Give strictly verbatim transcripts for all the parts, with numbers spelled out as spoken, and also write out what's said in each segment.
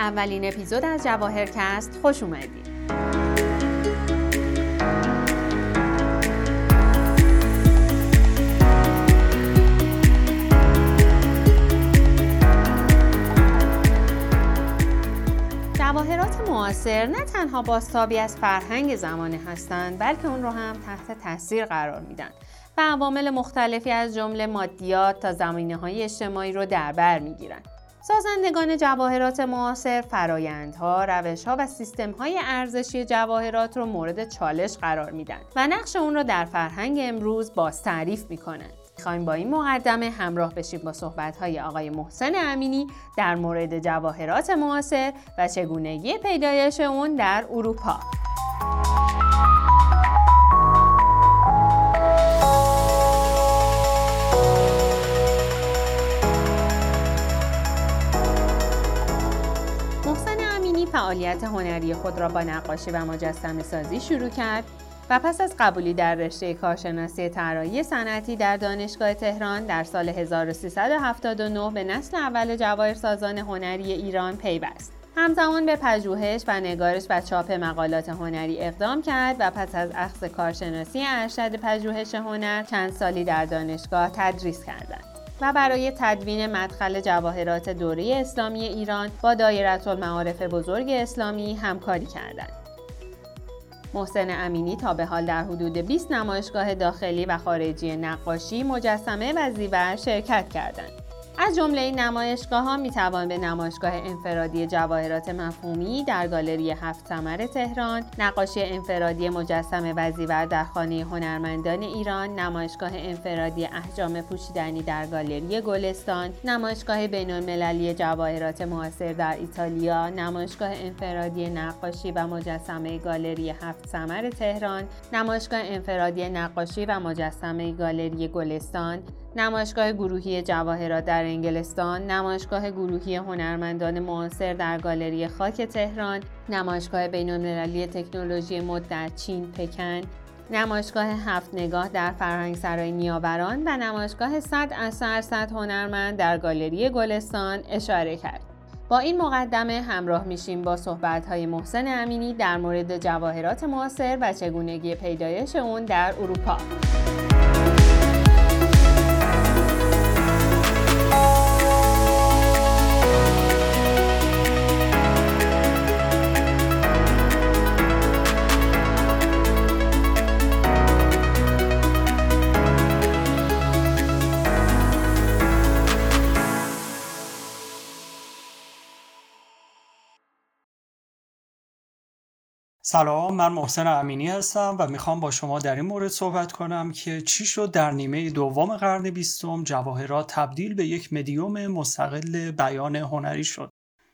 اولین اپیزود از جواهرکست خوش اومدید. جواهرات معاصر نه تنها بازتابی از فرهنگ زمانه هستند، بلکه اون رو هم تحت تاثیر قرار میدن و عوامل مختلفی از جمله مادیات تا زمینه‌های اجتماعی رو در بر میگیرن. سازندگان جواهرات معاصر فرآیندها، روش‌ها و سیستم‌های ارزشی جواهرات رو مورد چالش قرار میدن و نقش اون رو در فرهنگ امروز باز تعریف میکنن. میخوایم با این مقدمه همراه بشیم با صحبت‌های آقای محسن امینی در مورد جواهرات معاصر و چگونگی پیدایش اون در اروپا. محسن امینی فعالیت هنری خود را با نقاشی و مجسمه سازی شروع کرد و پس از قبولی در رشته کارشناسی طراحی صنعتی در دانشگاه تهران در سال هزار و سیصد و هفتاد و نه به نسل اول جواهرسازان هنری ایران پیوست. همزمان به پژوهش و نگارش و چاپ مقالات هنری اقدام کرد و پس از اخذ کارشناسی ارشد پژوهش هنر چند سالی در دانشگاه تدریس کردند و برای تدوین مدخل جواهرات دوره اسلامی ایران با دایرةالمعارف بزرگ اسلامی همکاری کردند. محسن امینی تا به حال در حدود بیست نمایشگاه داخلی و خارجی نقاشی، مجسمه و زیور شرکت کردند. از جمله این نمایشگاه‌ها می‌توان به نمایشگاه انفرادی جواهرات مفهومی در گالری هفت ثمر تهران، نقاشی انفرادی مجسمه و زیور در خانه هنرمندان ایران، نمایشگاه انفرادی احجام پوشیدنی در گالری گلستان، نمایشگاه بین‌المللی جواهرات معاصر در ایتالیا، نمایشگاه انفرادی نقاشی و مجسمه گالری هفت ثمر تهران، نمایشگاه انفرادی نقاشی و مجسمه گالری گلستان، نمایشگاه گروهی جواهرات در انگلستان، نمایشگاه گروهی هنرمندان معاصر در گالری خاک تهران، نمایشگاه بین‌المللی تکنولوژی مد در چین پکن، نمایشگاه هفت نگاه در فرهنگسرای نیاوران و نمایشگاه صد اثر صد هنرمند در گالری گلستان اشاره کرد. با این مقدمه همراه میشیم با صحبت‌های محسن امینی در مورد جواهرات معاصر و چگونگی پیدایش اون در اروپا. سلام، من محسن امینی هستم و میخوام با شما در این مورد صحبت کنم که چی شد در نیمه دوم قرن بیستم جواهرات تبدیل به یک مدیوم مستقل بیان هنری شد.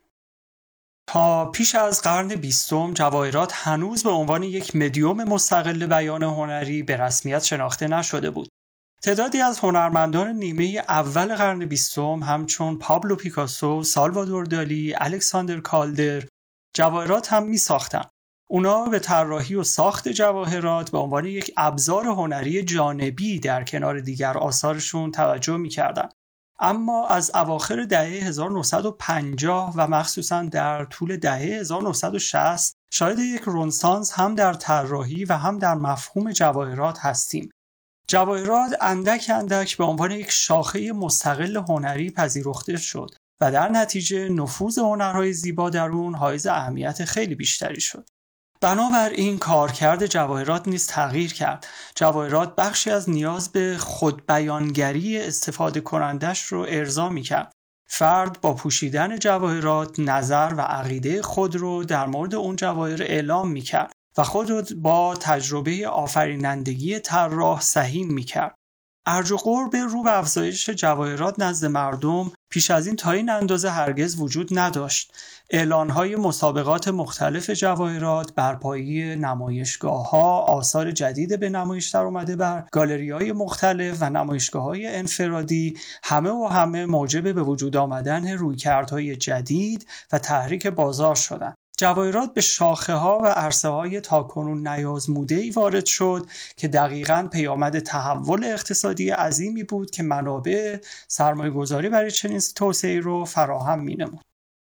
تا پیش از قرن بیستم جواهرات هنوز به عنوان یک مدیوم مستقل بیان هنری به رسمیت شناخته نشده بود. تعدادی از هنرمندان نیمه اول قرن بیستم همچون پابلو پیکاسو، سالوادور دالی، الکساندر کالدر جواهرات هم می ساختن. اونا به طراحی و ساخت جواهرات به عنوان یک ابزار هنری جانبی در کنار دیگر آثارشون توجه می‌کردند. اما از اواخر دهه هزار و نهصد و پنجاه و مخصوصاً در طول دهه هزار و نهصد و شصت شاهد یک رنسانس هم در طراحی و هم در مفهوم جواهرات هستیم. جواهرات اندک اندک به عنوان یک شاخه مستقل هنری پذیرفته شد و در نتیجه نفوذ هنرهای زیبا در اون حائز اهمیت خیلی بیشتری شد. بنابراین کارکرد جواهرات نیز تغییر کرد. جواهرات بخشی از نیاز به خودبیانگری استفاده کنندش رو ارضا می‌کرد. فرد با پوشیدن جواهرات نظر و عقیده خود رو در مورد اون جواهر اعلام می‌کرد و خود رو با تجربه آفرینندگی طراح سهیم می‌کرد. ارج و قرب رو به افزایش جواهرات نزد مردم پیش از این تا این اندازه هرگز وجود نداشت. اعلان‌های مسابقات مختلف جواهرات، برپایی نمایشگاه‌ها، آثار جدید به نمایش در اومده بر گالری‌های مختلف و نمایشگاه‌های انفرادی همه و همه موجب به وجود آمدن رویکردهای جدید و تحریک بازار شدند. جواهرات به شاخه‌ها و عرصه‌های تاکنون نیازموده‌ای وارد شد که دقیقاً پیامد تحول اقتصادی عظیمی بود که منابع سرمایه‌گذاری برای چنین توسعه‌ای رو فراهم می‌نمود.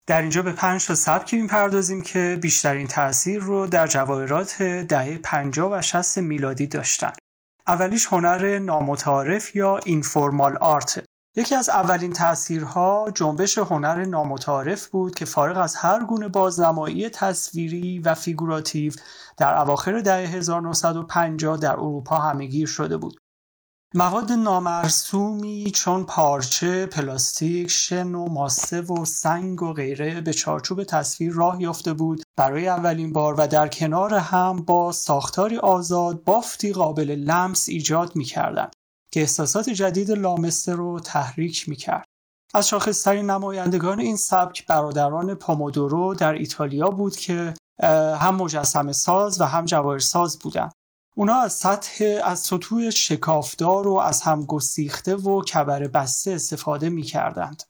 در اینجا به پنج تا سبکی میپردازیم که بیشترین تأثیر رو در جواهرات دهه پنجاه و شصت میلادی داشتن. اولیش هنر نامتعارف یا اینفورمال آرت. یکی از اولین تأثیرها جنبش هنر نامتعارف بود که فارغ از هر گونه بازنمایی تصویری و فیگوراتیو در اواخر دهه هزار و نهصد و پنجاه در اروپا همه‌گیر شده بود. مواد نامرسومی چون پارچه، پلاستیک، شن و ماسه و سنگ و غیره به چارچوب تصویر راه یافته بود برای اولین بار و در کنار هم با ساختاری آزاد بافتی قابل لمس ایجاد می‌کردند که احساسات جدید لامسه رو تحریک می‌کرد. از شاخص‌ترین نمایندگان این سبک برادران پومودورو در ایتالیا بود که هم مجسمه ساز و هم جواهرساز بودند. اونا از سطح از سطوح شکافدار و از هم گسیخته و کبر بسته استفاده می‌کردند.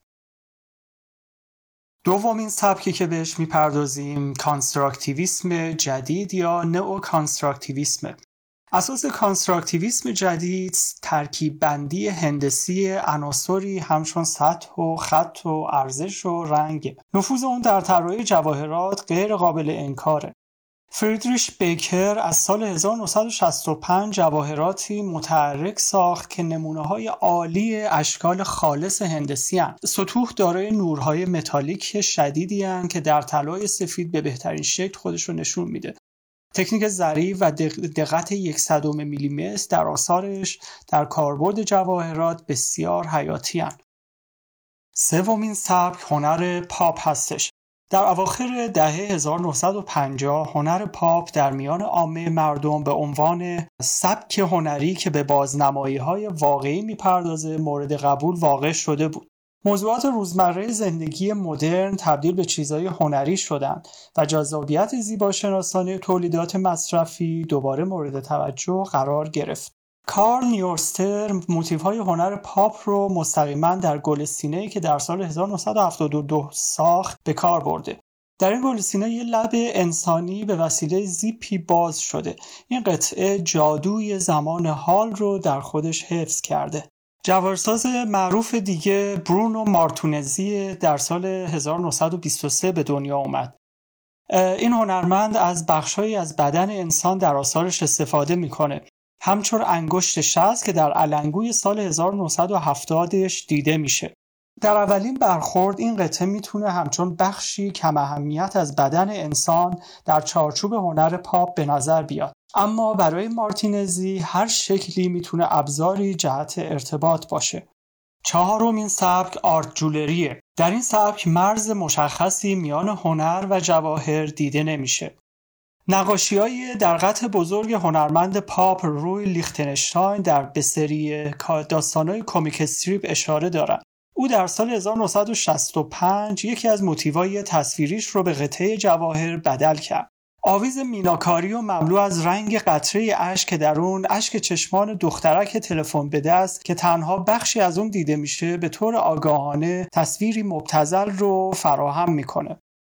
دومین سبکی که بهش می‌پردازیم کانستراکتیویسم جدید یا نئو کانستراکتیویسم. اساس کانستراکتیویسم جدید ترکیب بندی هندسی عناصری همچون سطح و خط و ارزش و رنگ. نفوذ اون در طراحی جواهرات غیر قابل انکاره. فریدریش بیکر از سال هزار و نهصد و شصت و پنج جواهراتی متحرک ساخت که نمونه‌های عالی اشکال خالص هندسی هستند. سطوح دارای نورهای متالیک شدیدی هستند که در طلای سفید به بهترین شکل خودش رو نشون میده. تکنیک ظریف و دقت یک صدم میلیمتر در آثارش در کاربرد جواهرات بسیار حیاتی هستند. سومین سبک هنر پاپ هستش. در اواخر دهه هزار و نهصد و پنجاه هنر پاپ در میان عامه مردم به عنوان سبک هنری که به بازنمایی‌های واقعی می‌پردازه مورد قبول واقع شده بود. موضوعات روزمره زندگی مدرن تبدیل به چیزهای هنری شدند و جذابیت زیباشناسانه تولیدات مصرفی دوباره مورد توجه قرار گرفت. کارل نیورستر موتیف‌های هنر پاپ رو مستقیما در گلستینه‌ای که در سال هزار و نهصد و هفتاد و دو ساخت به کار برده. در این گلستینه یه لب انسانی به وسیله زیپی باز شده. این قطعه جادوی زمان حال رو در خودش حفظ کرده. جواهرساز معروف دیگه برونو مارتونزی در سال هزار و نهصد و بیست و سه به دنیا اومد. این هنرمند از بخشایی از بدن انسان در آثارش استفاده میکنه. همچون انگشت شست که در علنگوی سال هزار و نهصد و هفتادش دیده میشه. در اولین برخورد این قطعه میتونه همچون بخشی کم اهمیت از بدن انسان در چارچوب هنر پاپ به نظر بیاد. اما برای مارتینزی هر شکلی میتونه ابزاری جهت ارتباط باشه. چهارمین سبک آرت جولریه. در این سبک مرز مشخصی میان هنر و جواهر دیده نمیشه. نقاشی‌های در قطع بزرگ هنرمند پاپ روی لیختنشتاین در به سری داستان‌های کمیک استریپ اشاره دارند. او در سال هزار و نهصد و شصت و پنج یکی از موتیوهای تصویریش رو به قطعه جواهر بدل کرد. آویز میناکاری و مملو از رنگ قطره اشک که در اون اشک چشمان دخترک تلفن به دست که تنها بخشی از اون دیده میشه به طور آگاهانه تصویری مبتذل رو فراهم میکنه.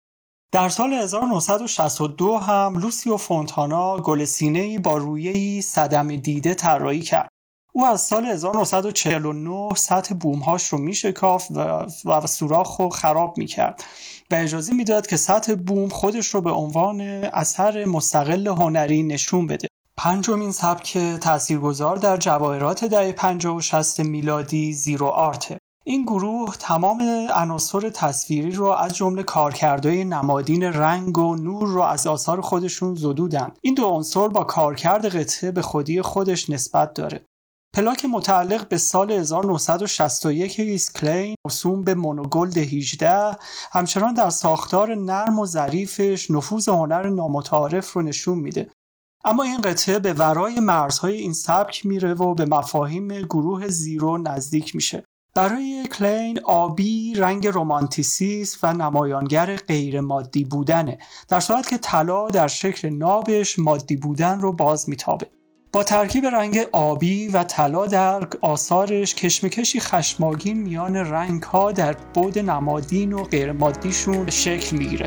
در سال هزار و نهصد و شصت و دو هم لوسیو فونتانا گلستینه‌ای با رویه‌ای صدمه دیده طراحی کرد. او از سال هزار و نهصد و چهل و نه سطح بوم‌هاش رو میشکافت و, و سوراخ رو خراب میکرد و اجازه میداد که سطح بوم خودش رو به عنوان اثر مستقل هنری نشون بده. پنجمین سبک تاثیرگذار در جواهرات دهه پنجاه و شصت میلادی زیرو آرت. این گروه تمام عناصر تصویری رو از جمله کارکردهای نمادین رنگ و نور رو از آثار خودشون زدودن. این دو عنصر با کارکرد قطعه به خودی خودش نسبت داره. پلاک متعلق به سال هزار و نهصد و شصت و یک ایس کلین موسوم به مونوگولد هجده همچنان در ساختار نرم و ظریفش نفوذ هنر نامتعارف رو نشون میده. اما این قطعه به ورای مرزهای این سبک میره و به مفاهیم گروه زیرو نزدیک میشه. برای کلین آبی رنگ رمانتیسیسم و نمایانگر غیر مادی بودنه، در صورت که طلا در شکل نابش مادی بودن رو باز میتابه. با ترکیب رنگ آبی و طلا در آثارش کشمکشی خشمگین میان رنگ‌ها در بعد نمادین و غیر مادیشون شکل میگیره.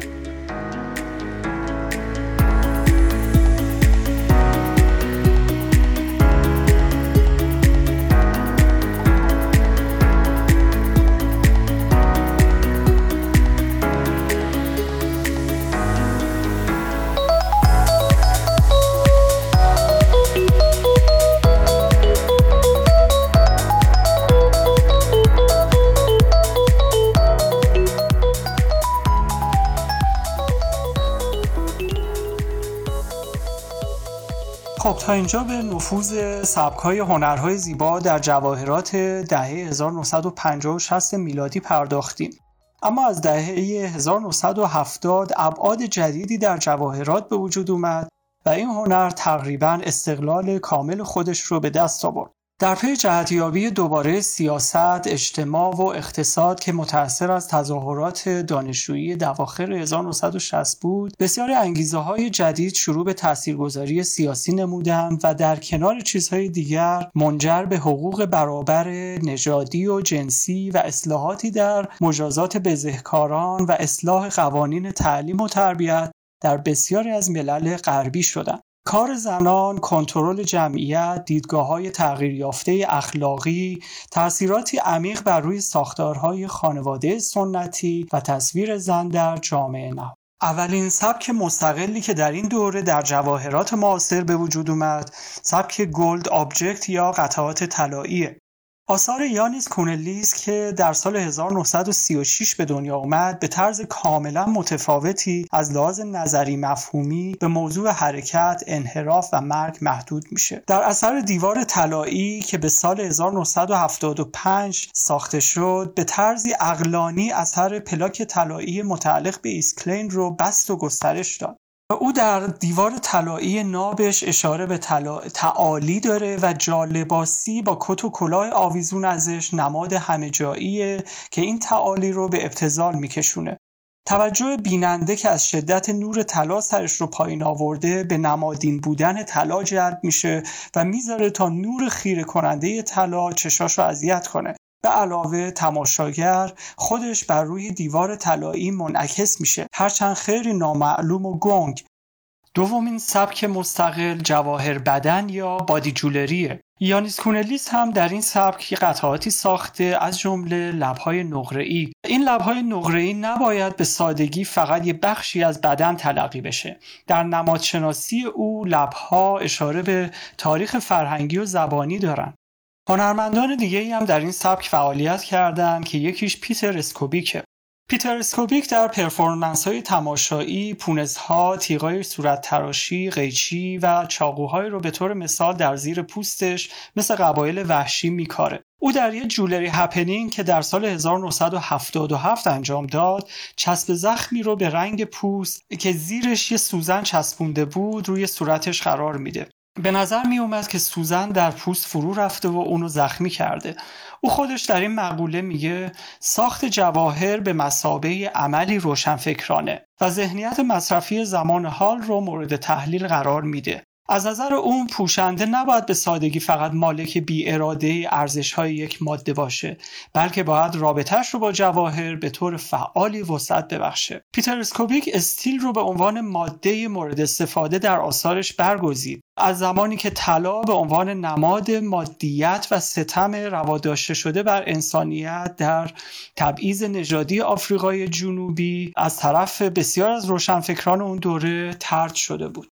خب تا اینجا به نفوذ سبک‌های هنرهای زیبا در جواهرات دهه هزار و نهصد و پنجاه و شصت میلادی پرداختیم. اما از دهه هزار و نهصد و هفتاد ابعاد جدیدی در جواهرات به وجود اومد و این هنر تقریباً استقلال کامل خودش رو به دست آورد. در پی جهتیابی دوباره سیاست، اجتماع و اقتصاد که متأثر از تظاهرات دانشجویی اواخر هزار و نهصد و شصت بود، بسیاری انگیزه‌های جدید شروع به تاثیرگذاری سیاسی نمودند و در کنار چیزهای دیگر منجر به حقوق برابر نژادی و جنسی و اصلاحاتی در مجازات بزهکاران و اصلاح قوانین تعلیم و تربیت در بسیاری از ملل غربی شدند. کار زنان، کنترل جمعیت، دیدگاه‌های تغییر یافته اخلاقی، تأثیراتی عمیق بر روی ساختارهای خانواده سنتی و تصویر زن در جامعه نهاد. اولین سبک مستقلی که در این دوره در جواهرات معاصر به وجود اومد، سبک گولد آبجکت یا قطعات طلاییه. آثار یانیس کورنلیس که در سال هزار و نهصد و سی و شش به دنیا آمد به طرز کاملا متفاوتی از لحاظ نظری مفهومی به موضوع حرکت، انحراف و مرگ محدود میشه. در اثر دیوار طلایی که به سال هزار و نهصد و هفتاد و پنج ساخته شد، به طرزی عقلانی اثر پلاک طلایی متعلق به ایسکلین رو بست و گسترش داد. او در دیوار طلایی نابش اشاره به تعالی داره و جالباسی با کت و کلاه آویزون ازش نماد همه جاییه که این تعالی رو به ابتذال میکشونه. توجه بیننده که از شدت نور طلا سرش رو پایین آورده به نمادین بودن طلا جلب میشه و میذاره تا نور خیره کننده طلا چشاش رو اذیت کنه. به علاوه تماشاگر خودش بر روی دیوار طلایی منعکس میشه، هرچند خیلی نامعلوم و گنگ. دومین سبک مستقل جواهر بدن یا بادی جولریه. یانیس کورنلیس هم در این سبک قطعاتی ساخته، از جمله لب‌های نقره‌ای. این لب‌های نقره‌ای نباید به سادگی فقط یه بخشی از بدن تلقی بشه. در نمادشناسی او لب‌ها اشاره به تاریخ فرهنگی و زبانی دارن. هنرمندان دیگه‌ای هم در این سبک فعالیت کردند که یکیش پیتر اسکوبیکه. پیتر اسکوبیک در پرفورمنس‌های تماشایی پونزها، تیغای صورت تراشی، قیچی و چاقوهایی رو به طور مثال در زیر پوستش مثل قبایل وحشی میکاره. او در یک جولری هپنینگ که در سال هزار و نهصد و هفتاد و هفت انجام داد، چسب زخمی رو به رنگ پوست که زیرش یه سوزن چسبونده بود روی صورتش قرار میده. به نظر می اومد که سوزن در پوست فرو رفته و اونو زخمی کرده. او خودش در این مقوله میگه ساخت جواهر به مثابه عملی روشنفکرانه و ذهنیت مصرفی زمان حال رو مورد تحلیل قرار میده. از نظر اون پوشنده نباید به سادگی فقط مالک بی اراده ارزش‌های یک ماده باشه، بلکه باید رابطه‌اش رو با جواهر به طور فعالی وسعت ببخشه. پیتر اسکوبیک استیل رو به عنوان ماده مورد استفاده در آثارش برگزید. از زمانی که طلا به عنوان نماد مادیت و ستم روا داشته شده بر انسانیت در تبعیض نژادی آفریقای جنوبی از طرف بسیار از روشنفکران اون دوره طرد شده بود.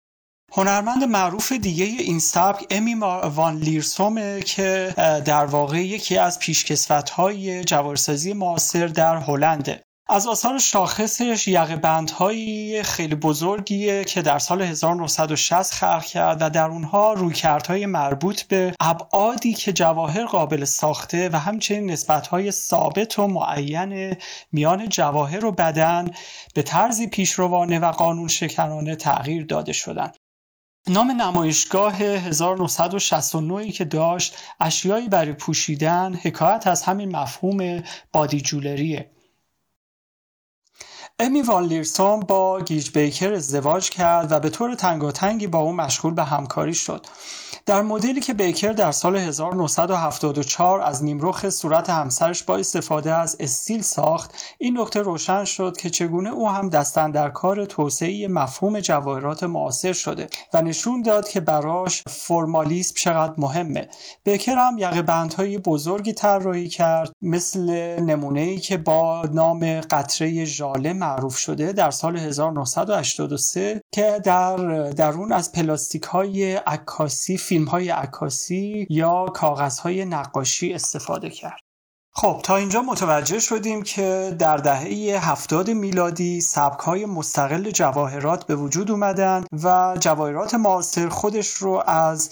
هنرمند معروف دیگه این سبک امی وان لیرسومه که در واقع یکی از پیشکسوت‌های جواهرسازی معاصر در هلنده. از آثار شاخصش یقه بندهای خیلی بزرگیه که در سال هزار و نهصد و شصت خلق کرد و در اونها رویکردهای مربوط به ابعادی که جواهر قابل ساخته و همچنین نسبتهای ثابت و معین میان جواهر و بدن به طرزی پیشروانه و قانون شکنانه تغییر داده شدند. نام نمایشگاه هزار و نهصد و شصت و نه که داشت اشیایی برای پوشیدن حکایت از همین مفهوم بادی جولریه. امی وان لیرسوم با گیج بیکر ازدواج کرد و به طور تنگاتنگی با او مشغول به همکاری شد. در مدلی که بیکر در سال هزار و نهصد و هفتاد و چهار از نیمرخ صورت همسرش با استفاده از استیل ساخت، این نکته روشن شد که چگونه او هم دست‌اندرکار توسعه مفهوم جواهرات معاصر شده و نشون داد که براش فرمالیسم چقدر مهمه. بیکر هم یقه بندهای بزرگی طراحی کرد، مثل نمونه‌ای که با نام قطره ژاله معروف شده در سال هزار و نهصد و هشتاد و سه که در درون از پلاستیک‌های عکاسی، فیلم‌های عکاسی یا کاغذهای نقاشی استفاده کرد. خب تا اینجا متوجه شدیم که در دهه هفتاد میلادی سبک‌های مستقل جواهرات به وجود اومدن و جواهرات معاصر خودش رو از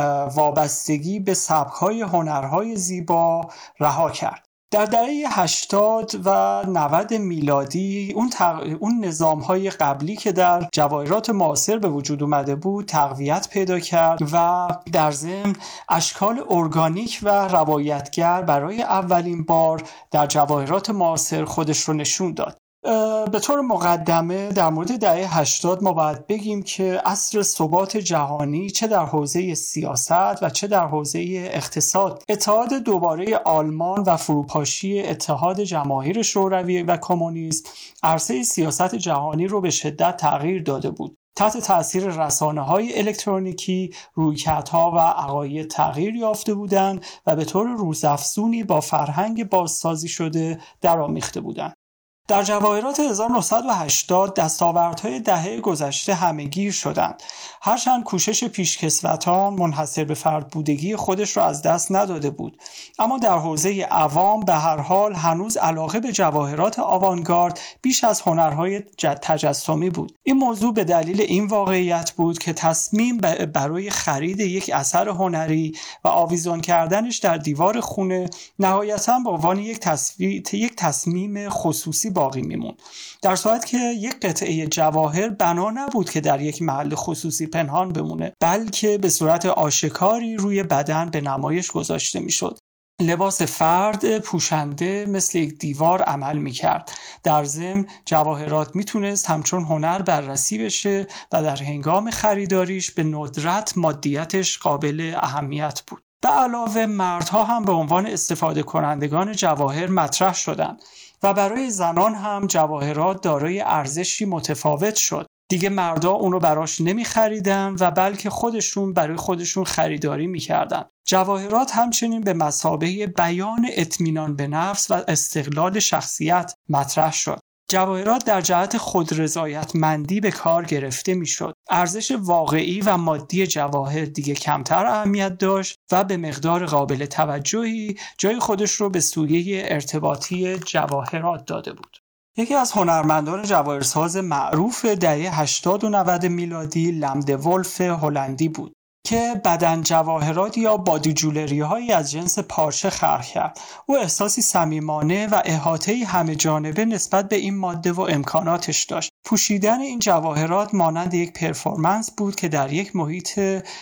وابستگی به سبک‌های هنرهای زیبا رها کرد. در دهه هشتاد و نود میلادی اون, تق... اون نظام‌های قبلی که در جواهرات معاصر به وجود اومده بود تقویت پیدا کرد و در ضمن اشکال ارگانیک و روایتگر برای اولین بار در جواهرات معاصر خودش رو نشون داد. به طور مقدمه در مورد دهه هشتاد ما باید بگیم که عصر ثبات جهانی چه در حوزه سیاست و چه در حوزه اقتصاد، اتحاد دوباره آلمان و فروپاشی اتحاد جماهیر شوروی و کمونیسم عرصه سیاست جهانی رو به شدت تغییر داده بود. تحت تأثیر رسانه‌های الکترونیکی رویکردها و عقاید تغییر یافته بودند و به طور روزافزونی با فرهنگ بازسازی شده درآمیخته بودند. در جواهرات هزار و نهصد و هشتاد دستاوردهای دهه گذشته همه‌گیر شدند. هرچند کوشش پیشکسوتان منحصر به فرد بودگی خودش را از دست نداده بود، اما در حوزه عوام به هر حال هنوز علاقه به جواهرات آوانگارد بیش از هنرهای تجسمی بود. این موضوع به دلیل این واقعیت بود که تصمیم برای خرید یک اثر هنری و آویزان کردنش در دیوار خونه نهایتاً به عنوان یک تصویر یک تصمیم خصوصی باقی میمون، در صورت که یک قطعه جواهر بنا نبود که در یک محل خصوصی پنهان بمونه، بلکه به صورت آشکاری روی بدن به نمایش گذاشته میشد. لباس فرد پوشنده مثل یک دیوار عمل میکرد. در ضمن جواهرات میتونست همچون هنر بررسی بشه و در هنگام خریداریش به ندرت مادیتش قابل اهمیت بود. به علاوه مردها هم به عنوان استفاده کنندگان جواهر مطرح شدند و برای زنان هم جواهرات دارای ارزشی متفاوت شد. دیگه مردا اونو براش نمی خریدن و بلکه خودشون برای خودشون خریداری می کردن. جواهرات همچنین به مثابه بیان اطمینان به نفس و استقلال شخصیت مطرح شد. جواهرات در جهت خودرضایتمندی به کار گرفته می شد. ارزش واقعی و مادی جواهر دیگه کمتر اهمیت داشت و به مقدار قابل توجهی جای خودش رو به سویه ارتباطی جواهرات داده بود. یکی از هنرمندان جواهرساز معروف دهه هشتاد و نود میلادی لمدولف هلندی بود که بدن جواهرات یا بادی جولری هایی از جنس پارچه خلق کرد. او احساسی صمیمانه و احاطه‌ای همه جانبه نسبت به این ماده و امکاناتش داشت. پوشیدن این جواهرات مانند یک پرفورمنس بود که در یک محیط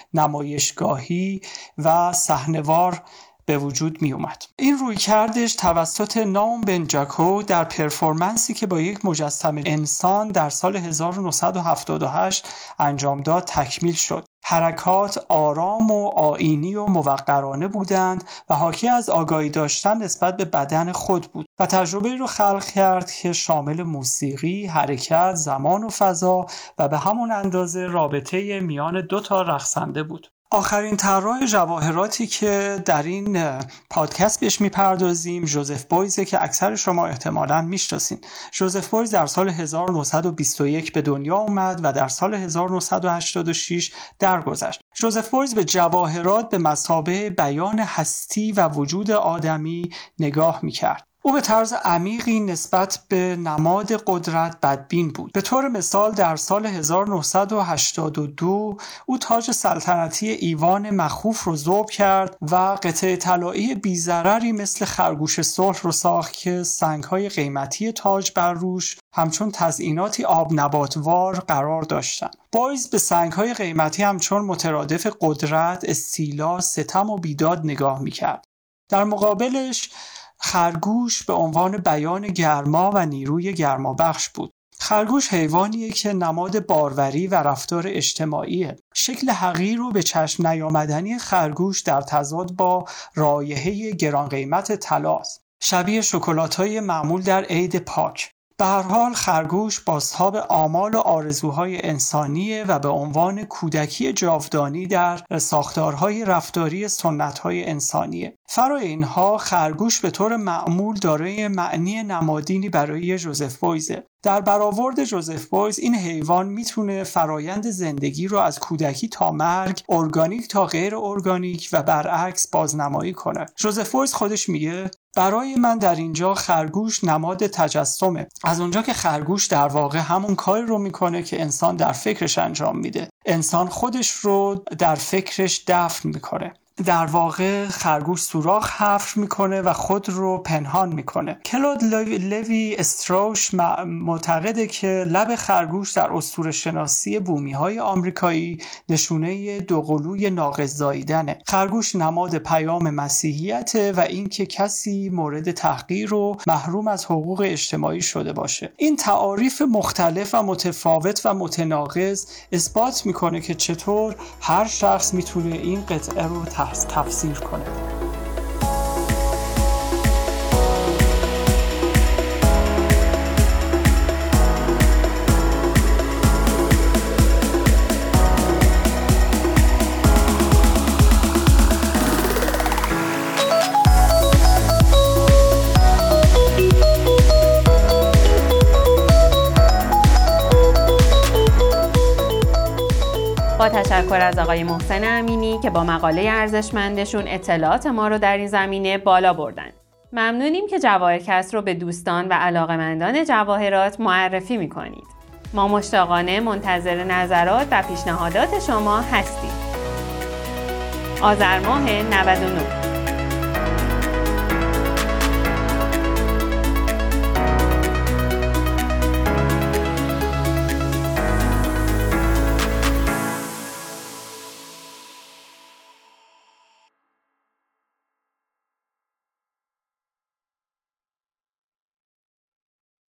نمایشگاهی و صحنه‌وار به وجود می اومد. این روی کردش توسط نام بنجاکو در پرفورمنسی که با یک مجسمه انسان در سال هزار و نهصد و هفتاد و هشت انجام داد تکمیل شد. حرکات آرام و آیینی و موقرانه بودند و حاکی از آگاهی داشتن نسبت به بدن خود بود و تجربه‌ای رو خلق کرد که شامل موسیقی، حرکت، زمان و فضا و به همون اندازه رابطه میان دو تا رقصنده بود. آخرین طراح جواهراتی که در این پادکست بهش میپردازیم ژوزف بویزه که اکثر شما احتمالاً میشناسین. ژوزف بویز در سال هزار و نهصد و بیست و یک به دنیا اومد و در سال هزار و نهصد و هشتاد و شش درگذشت. ژوزف بویز به جواهرات به مثابه بیان هستی و وجود آدمی نگاه میکرد. او به طرز عمیقی نسبت به نماد قدرت بدبین بود. به طور مثال در سال هزار و نهصد و هشتاد و دو او تاج سلطنتی ایوان مخوف رو ذوب کرد و قطعه طلایی بی‌ضرری مثل خرگوش صلح رو ساخت که سنگ‌های قیمتی تاج بر روش همچون تزئیناتی آب نباتوار قرار داشتند. بویز به سنگ‌های قیمتی همچون مترادف قدرت، استیلا، ستم و بیداد نگاه می‌کرد. در مقابلش خرگوش به عنوان بیان گرما و نیروی گرمابخش بود. خرگوش حیوانیه که نماد باروری و رفتار اجتماعیه. شکل حقیر و به چشم نیامدنی خرگوش در تضاد با رایحه گران قیمت طلاست. شبیه شکلات‌های معمول در عید پاک. به هر حال خرگوش بازتاب آمال و آرزوهای انسانیه و به عنوان کودکی جاودانی در ساختارهای رفتاری سنت‌های انسانیه. فرای اینها خرگوش به طور معمول دارای معنی نمادینی برای ژوزف بویزه. در برآورد ژوزف بویز این حیوان میتونه فرایند زندگی رو از کودکی تا مرگ، ارگانیک تا غیر ارگانیک و برعکس بازنمایی کنه. ژوزف بویز خودش میگه برای من در اینجا خرگوش نماد تجسمه. از اونجا که خرگوش در واقع همون کاری رو میکنه که انسان در فکرش انجام میده. انسان خودش رو در فکرش دفن میکنه. در واقع خرگوش سوراخ حفر میکنه و خود رو پنهان میکنه. کلود لوی استروش معتقده که لب خرگوش در اسطوره شناسی بومی های آمریکایی نشونه دوقلوی ناقص زاییدنه. خرگوش نماد پیام مسیحیته و اینکه کسی مورد تحقیر و محروم از حقوق اجتماعی شده باشه. این تعاریف مختلف و متفاوت و متناقض اثبات میکنه که چطور هر شخص میتونه این قطعه رو تفسیر کنه. با تشکر از آقای محسن امینی که با مقاله ارزشمندشون اطلاعات ما رو در این زمینه بالا بردن. ممنونیم که جواهرکست رو به دوستان و علاقه‌مندان جواهرات معرفی می‌کنید. ما مشتاقانه منتظر نظرات و پیشنهادات شما هستیم. آذر ماه نود و نه